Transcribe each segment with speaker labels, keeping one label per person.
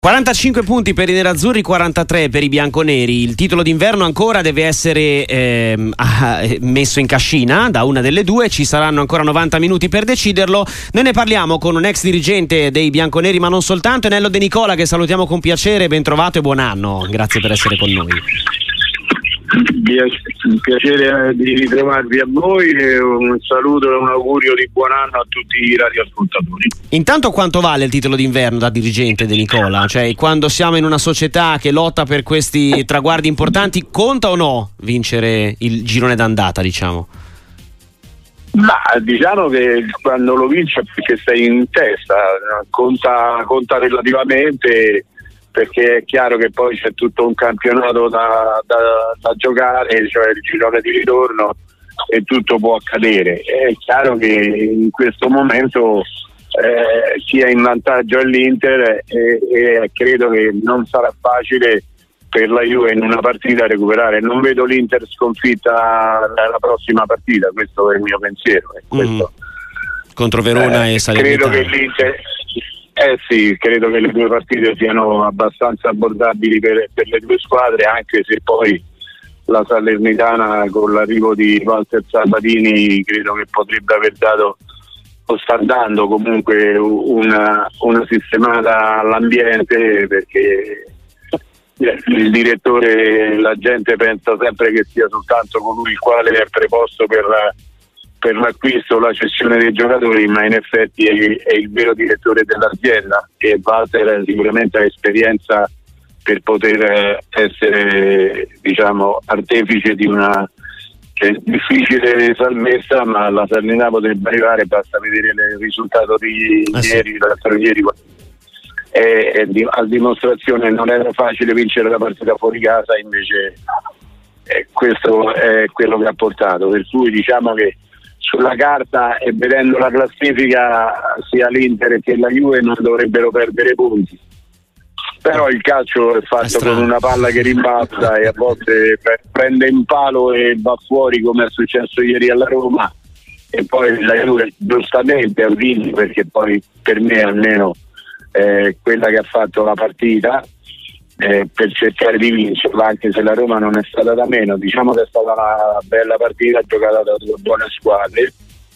Speaker 1: 45 punti per i nerazzurri, 43 per i bianconeri. Il titolo d'inverno ancora deve essere messo in cascina da una delle due. Ci saranno ancora 90 minuti per deciderlo. Noi ne parliamo con un ex dirigente dei bianconeri, ma non soltanto, Nello De Nicola, che salutiamo con piacere. Ben trovato e buon anno. Grazie per essere con noi.
Speaker 2: Un piacere di ritrovarvi a voi e un saluto e un augurio di buon anno a tutti i radioascoltatori.
Speaker 1: Intanto, quanto vale il titolo d'inverno da dirigente De Nicola? Cioè, quando siamo in una società che lotta per questi traguardi importanti, conta o no vincere il girone d'andata, diciamo?
Speaker 2: Ma diciamo che quando lo vinci è perché sei in testa, conta relativamente, perché è chiaro che poi c'è tutto un campionato da giocare, cioè il girone di ritorno, e tutto può accadere. È chiaro che in questo momento sia in vantaggio all'Inter e credo che non sarà facile per la Juve in una partita recuperare. Non vedo l'Inter sconfitta nella prossima partita, questo è il mio pensiero.
Speaker 1: Contro Verona e Salernitana.
Speaker 2: Credo che l'Inter... sì, credo che le due partite siano abbastanza abbordabili per le due squadre, anche se poi la Salernitana con l'arrivo di Walter Sabatini credo che potrebbe aver dato, o sta dando comunque una sistemata all'ambiente, perché il direttore, la gente pensa sempre che sia soltanto colui il quale è preposto per l'acquisto o la cessione dei giocatori, ma in effetti è il vero direttore dell'azienda, e Walter sicuramente ha esperienza per poter essere, diciamo, artefice di una difficile salvezza, ma la Salernitana potrebbe arrivare, basta vedere il risultato di ieri, l'altro ieri. A dimostrazione non era facile vincere la partita fuori casa, invece questo è quello che ha portato, per cui diciamo che sulla carta e vedendo la classifica sia l'Inter che la Juve non dovrebbero perdere punti, però il calcio è fatto con una palla che rimbalza e a volte prende in palo e va fuori, come è successo ieri alla Roma, e poi la Juve giustamente ha vinto, perché poi per me almeno quella che ha fatto la partita per cercare di vincerla, anche se la Roma non è stata da meno. Diciamo che è stata una bella partita giocata da due buone squadre,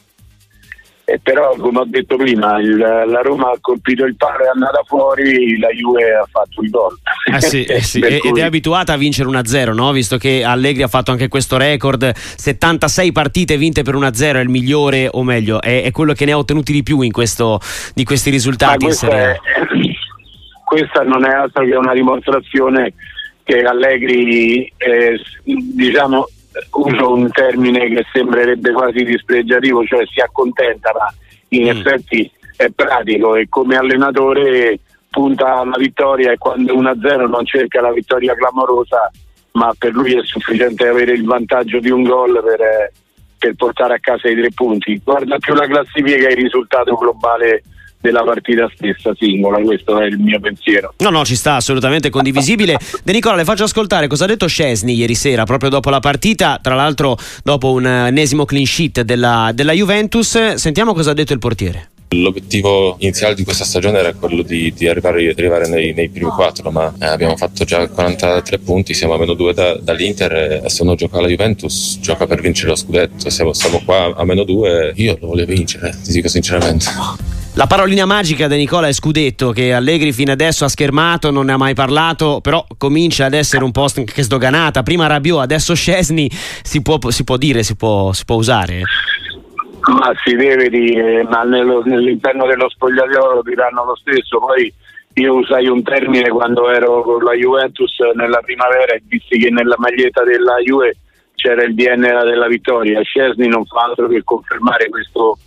Speaker 2: però come ho detto prima la Roma ha colpito il palo e è andata fuori, la Juve ha fatto il gol.
Speaker 1: Sì. Ed è abituata a vincere 1-0, no? Visto che Allegri ha fatto anche questo record, 76 partite vinte per 1-0, è il migliore, o meglio è quello che ne ha ottenuti di più di questi risultati in Serie A.
Speaker 2: Questa non è altro che una dimostrazione che Allegri, diciamo, uso un termine che sembrerebbe quasi dispregiativo, cioè si accontenta, ma in effetti è pratico, e come allenatore punta alla vittoria, e quando è 1-0 non cerca la vittoria clamorosa, ma per lui è sufficiente avere il vantaggio di un gol per portare a casa i 3 punti. Guarda più la classifica e il risultato globale della partita stessa singola, questo è il mio pensiero.
Speaker 1: No, ci sta, assolutamente condivisibile. De Nicola, le faccio ascoltare cosa ha detto Szczęsny ieri sera, proprio dopo la partita, tra l'altro dopo un ennesimo clean sheet della Juventus. Sentiamo cosa ha detto il portiere.
Speaker 3: L'obiettivo iniziale di questa stagione era quello di arrivare nei primi 4, ma abbiamo fatto già 43 punti, siamo a -2 dall'Inter, e se uno gioca alla Juventus gioca per vincere lo scudetto. Se siamo qua a -2, io lo voglio vincere, ti dico sinceramente.
Speaker 1: La parolina magica di Nicola è scudetto, che Allegri fino adesso ha schermato, non ne ha mai parlato, però comincia ad essere un po' che sdoganata. Prima Rabiot, adesso Szczęsny, si può usare.
Speaker 2: Ma si deve dire, ma nell'interno dello spogliatoio diranno lo stesso. Poi io usai un termine quando ero con la Juventus nella primavera e dissi che nella maglietta della Juve c'era il DNA della vittoria. Szczęsny non fa altro che confermare questo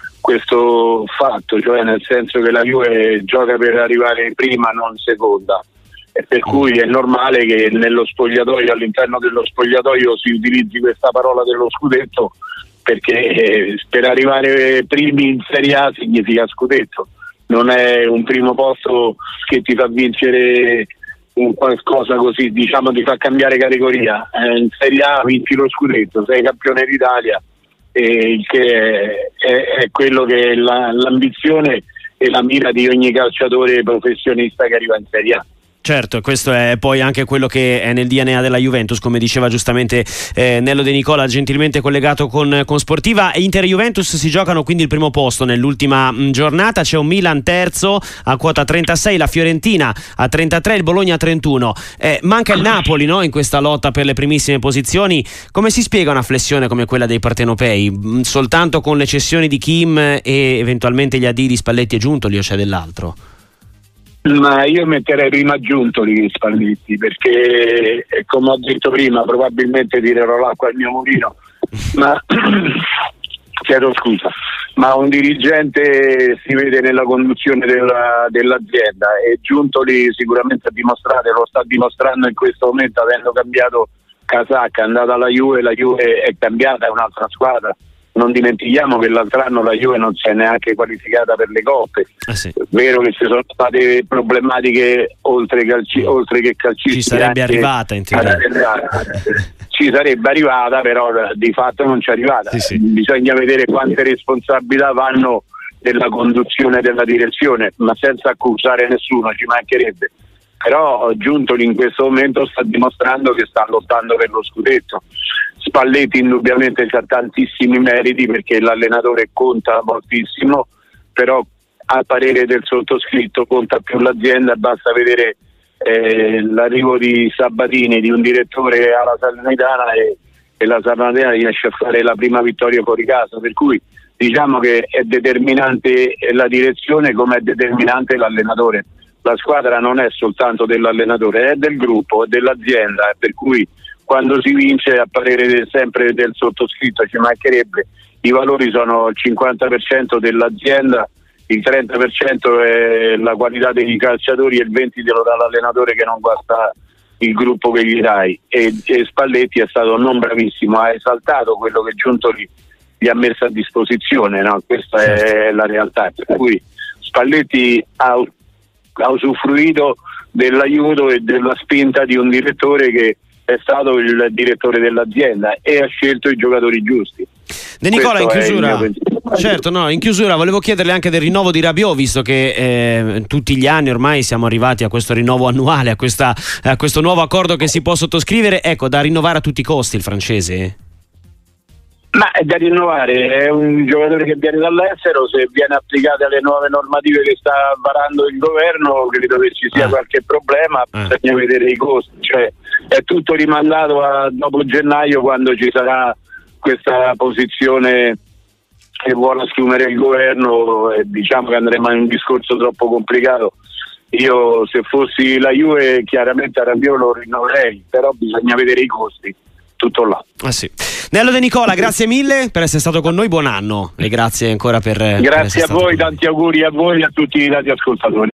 Speaker 2: fatto, cioè nel senso che la Juve gioca per arrivare prima, non seconda, e per cui è normale che nello spogliatoio, all'interno dello spogliatoio, si utilizzi questa parola dello scudetto, perché per arrivare primi in Serie A significa scudetto, non è un primo posto che ti fa vincere un qualcosa così, diciamo, ti fa cambiare categoria. In Serie A vinci lo scudetto, sei campione d'Italia, che è quello che è l'ambizione e la mira di ogni calciatore professionista che arriva in Serie A.
Speaker 1: Certo, questo è poi anche quello che è nel DNA della Juventus, come diceva giustamente Nello De Nicola, gentilmente collegato con Sportiva. Inter e Juventus si giocano quindi il primo posto nell'ultima giornata, c'è un Milan terzo a quota 36, la Fiorentina a 33, il Bologna a 31. Manca il Napoli, no, in questa lotta per le primissime posizioni. Come si spiega una flessione come quella dei partenopei? Soltanto con le cessioni di Kim e eventualmente gli addii di Spalletti e Giuntoli, o c'è dell'altro?
Speaker 2: Ma io metterei prima Giuntoli che Spalletti, perché come ho detto prima probabilmente tirerò l'acqua al mio mulino, ma chiedo scusa, ma un dirigente si vede nella conduzione dell'azienda, e Giuntoli sicuramente lo sta dimostrando in questo momento, avendo cambiato casacca, è andata alla Juve, la Juve è cambiata, è un'altra squadra. Non dimentichiamo che l'altro anno la Juve non si è neanche qualificata per le coppe.
Speaker 1: Sì.
Speaker 2: È vero che ci sono state problematiche oltre che calcistiche.
Speaker 1: Ci sarebbe arrivata in teoria.
Speaker 2: Ci sarebbe arrivata, però di fatto non ci è arrivata.
Speaker 1: Sì.
Speaker 2: Bisogna vedere quante responsabilità vanno della conduzione della direzione, ma senza accusare nessuno, ci mancherebbe. Però Giuntoli in questo momento sta dimostrando che sta lottando per lo scudetto. Spalletti indubbiamente ha tantissimi meriti, perché l'allenatore conta moltissimo, però a parere del sottoscritto conta più l'azienda. Basta vedere l'arrivo di Sabatini, di un direttore alla Salernitana, e la Salernitana riesce a fare la prima vittoria fuori casa, per cui diciamo che è determinante la direzione come è determinante l'allenatore. La squadra non è soltanto dell'allenatore, è del gruppo, è dell'azienda, per cui quando si vince, a parere sempre del sottoscritto, ci mancherebbe, i valori sono il 50% dell'azienda, il 30% è la qualità dei calciatori e il 20% te lo dà l'allenatore, che non guasta il gruppo che gli dai. E Spalletti è stato non bravissimo, ha esaltato quello che Giuntoli gli ha messo a disposizione, no? Questa è la realtà, per cui Spalletti ha usufruito dell'aiuto e della spinta di un direttore che è stato il direttore dell'azienda e ha scelto i giocatori giusti.
Speaker 1: De Nicola, in chiusura, in chiusura volevo chiederle anche del rinnovo di Rabiot, visto che tutti gli anni ormai siamo arrivati a questo rinnovo annuale, a questo nuovo accordo che si può sottoscrivere, ecco, da rinnovare a tutti i costi il francese?
Speaker 2: Ma è da rinnovare, è un giocatore che viene dall'estero, se viene applicate alle nuove normative che sta varando il governo credo che ci sia qualche problema, bisogna vedere i costi, cioè è tutto rimandato a dopo gennaio, quando ci sarà questa posizione che vuole assumere il governo, e diciamo che andremo in un discorso troppo complicato. Io se fossi la Juve chiaramente a Rabiot lo rinnoverei, però bisogna vedere i costi. Tutto là.
Speaker 1: Sì. Nello De Nicola, grazie mille per essere stato con noi, buon anno e grazie ancora per
Speaker 2: grazie a voi, tanti auguri a voi e a tutti i radioascoltatori.